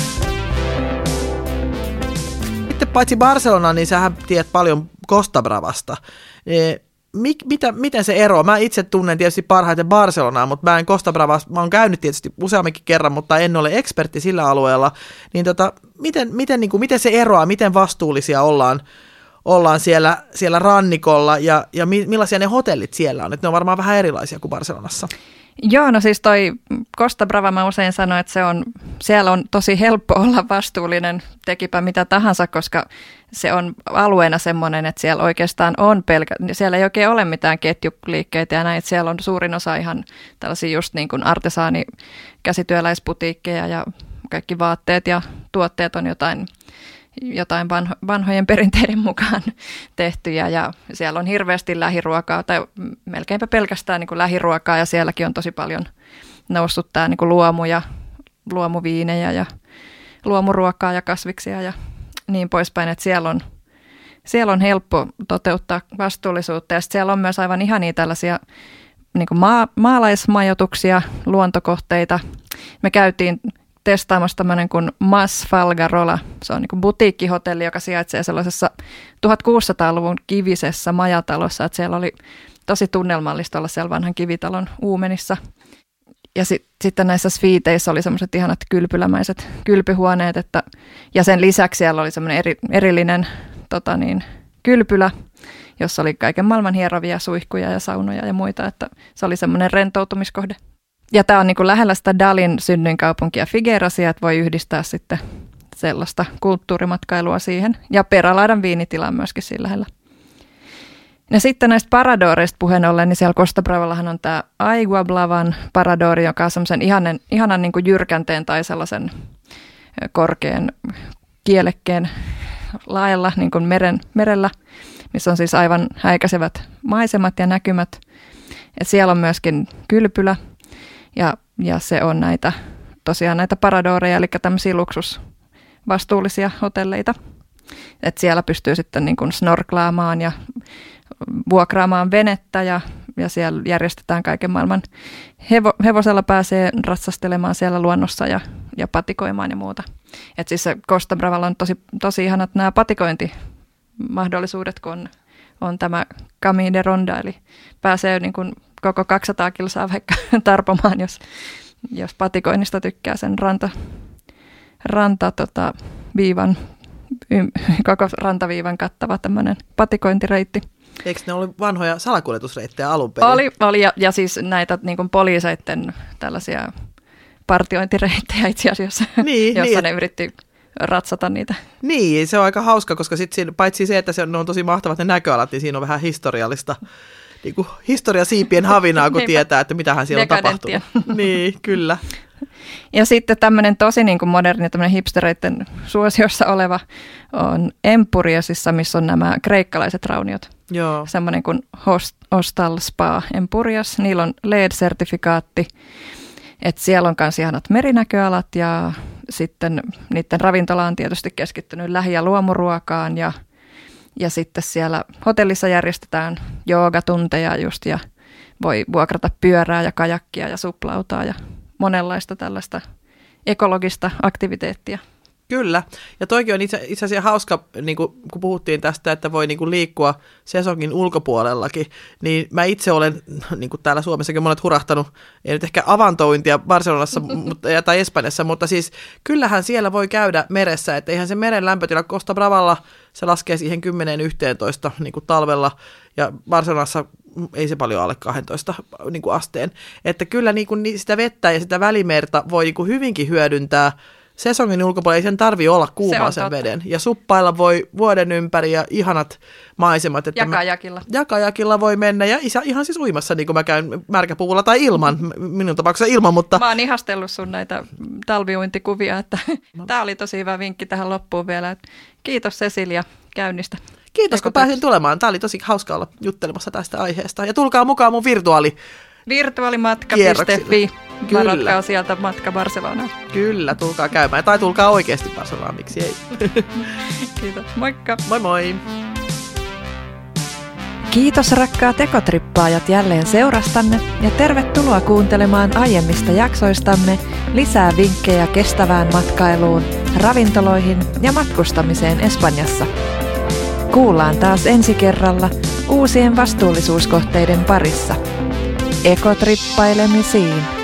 Sitten paitsi Barcelona, niin sähän tiedät paljon Costa Bravasta. Miten se ero? Mä itse tunnen tietysti parhaiten Barcelonaa, mutta mä en Costa Bravaa, mä oon käynyt tietysti useamminkin kerran, mutta en ole ekspertti sillä alueella. Niin miten se eroaa, miten vastuullisia ollaan siellä rannikolla ja millaisia ne hotellit siellä on? Et ne on varmaan vähän erilaisia kuin Barcelonassa. Joo, no siis toi Costa Brava, mä usein sanon, että siellä on tosi helppo olla vastuullinen, tekipä mitä tahansa, koska se on alueena semmoinen, että siellä oikeastaan on siellä ei oikein ole mitään ketjuliikkeitä ja näin, että siellä on suurin osa ihan tällaisia just niin kuin artesaani-käsityöläisputiikkeja ja kaikki vaatteet ja tuotteet on jotain vanhojen perinteiden mukaan tehtyjä ja siellä on hirveästi lähiruokaa tai melkeinpä pelkästään niin kuin lähiruokaa ja sielläkin on tosi paljon noussut tämä niin kuin luomu ja luomuviinejä ja luomuruokaa ja kasviksia ja niin poispäin, että siellä on helppo toteuttaa vastuullisuutta ja siellä on myös aivan ihania tällaisia niin kuin maalaismajoituksia, luontokohteita. Me käytiin testaamassa tämmöinen kuin Mas Falgarola. Se on niin kuin butiikkihotelli, joka sijaitsee sellaisessa 1600-luvun kivisessä majatalossa. Että siellä oli tosi tunnelmallista olla siellä vanhan kivitalon uumenissa. Ja sitten näissä sviiteissä oli semmoiset ihanat kylpylämäiset kylpyhuoneet. Ja sen lisäksi siellä oli semmoinen erillinen kylpylä, jossa oli kaiken maailman hierovia suihkuja ja saunoja ja muita. Että se oli semmoinen rentoutumiskohde. Ja tämä on niin kuin lähellä sitä Dalin synnyinkaupunkia Figueirasia, että voi yhdistää sitten sellaista kulttuurimatkailua siihen. Ja Peralaidan viinitila on myöskin siinä lähellä. Ja sitten näistä paradoreista puheen ollen, niin siellä Costa Bravallahan on tämä Aigua Blavan paradori, joka on semmoisen ihanan niin kuin jyrkänteen tai sellaisen korkean kielekkeen laajalla niin kuin merellä, missä on siis aivan häikäisevät maisemat ja näkymät. Et siellä on myöskin kylpylä. Ja se on tosiaan näitä paradoreja, eli tämmöisiä luksusvastuullisia hotelleita. Et siellä pystyy sitten niin kuin snorklaamaan ja vuokraamaan venettä ja siellä järjestetään kaiken maailman. Hevosella pääsee ratsastelemaan siellä luonnossa ja patikoimaan ja muuta. Et siis se Costa Bravalla on tosi ihanat nämä patikointimahdollisuudet, kun on tämä Camí de Ronda, eli pääsee niin kuin koko 200 kilsaa vaikka tarpomaan, jos patikoinnista tykkää sen viivan, koko rantaviivan kattava tämmöinen patikointireitti. Eikö ne ollut vanhoja salakuljetusreittejä alun perin? Oli ja siis näitä niin kuin poliiseiden tällaisia partiointireittejä itse asiassa, jossa ne yritti ratsata niitä. Niin, se on aika hauska, koska sitten paitsi se, että ne on tosi mahtavat ne näköalat, niin siinä on vähän historiallista, niin kuin historiasiipien havinaa, kun tietää, että mitähän siellä on tapahtunut. Niin, kyllä. Ja sitten tämmöinen tosi niin kuin moderni, tämmöinen hipstereiden suosiossa oleva on Empuriasissa, missä on nämä kreikkalaiset rauniot. Joo. Semmoinen kuin Hostal Spa Empurias. Niillä on LED-sertifikaatti, että siellä on myös ihanat merinäköalat ja sitten niiden ravintola on tietysti keskittynyt lähi- ja luomuruokaan ja sitten siellä hotellissa järjestetään joogatunteja just ja voi vuokrata pyörää ja kajakkia ja suplautaa ja monenlaista tällaista ekologista aktiviteettia. Kyllä, ja toikin on itse asiassa hauska, niin kun puhuttiin tästä, että voi niin liikkua sesongin ulkopuolellakin, niin mä itse olen, niin kuin täällä Suomessakin monet hurahtanut, ei nyt ehkä avantointia Barcelonassa tai Espanjassa, mutta siis kyllähän siellä voi käydä meressä, että eihän se meren lämpötila Costa Bravalla, se laskee siihen 10-11 niin kuin talvella, ja Barcelonassa ei se paljon alle 12 niin kuin asteen, että kyllä niin kuin sitä vettä ja sitä välimerta voi niin kuin hyvinkin hyödyntää sesongin ulkopuolella, ei sen tarvitse olla kuumaa sen veden. Ja suppailla voi vuoden ympäri ja ihanat maisemat. Että ja kajakilla voi mennä ja ihan siis uimassa, niin kuin mä käyn märkäpuvulla tai ilman, minun tapauksessa ilman, mutta... Mä oon ihastellut sun näitä talviuintikuvia, että tää oli tosi hyvä vinkki tähän loppuun vielä. Kiitos Cecilia käynnistä. Kiitos, kun pääsin tulemaan. Tämä oli tosi hauska olla juttelemassa tästä aiheesta. Ja tulkaa mukaan mun virtuaalimatka.fi. Varatkaa sieltä matka Barcelonaan. Kyllä, tulkaa käymään. Tai tulkaa oikeasti Barcelonaan, miksi ei. Kiitos, moikka. Moi moi. Kiitos rakkaat ekotrippaajat jälleen seurastanne ja tervetuloa kuuntelemaan aiemmista jaksoistamme lisää vinkkejä kestävään matkailuun, ravintoloihin ja matkustamiseen Espanjassa. Kuullaan taas ensi kerralla uusien vastuullisuuskohteiden parissa. Ekotrippailemisiin!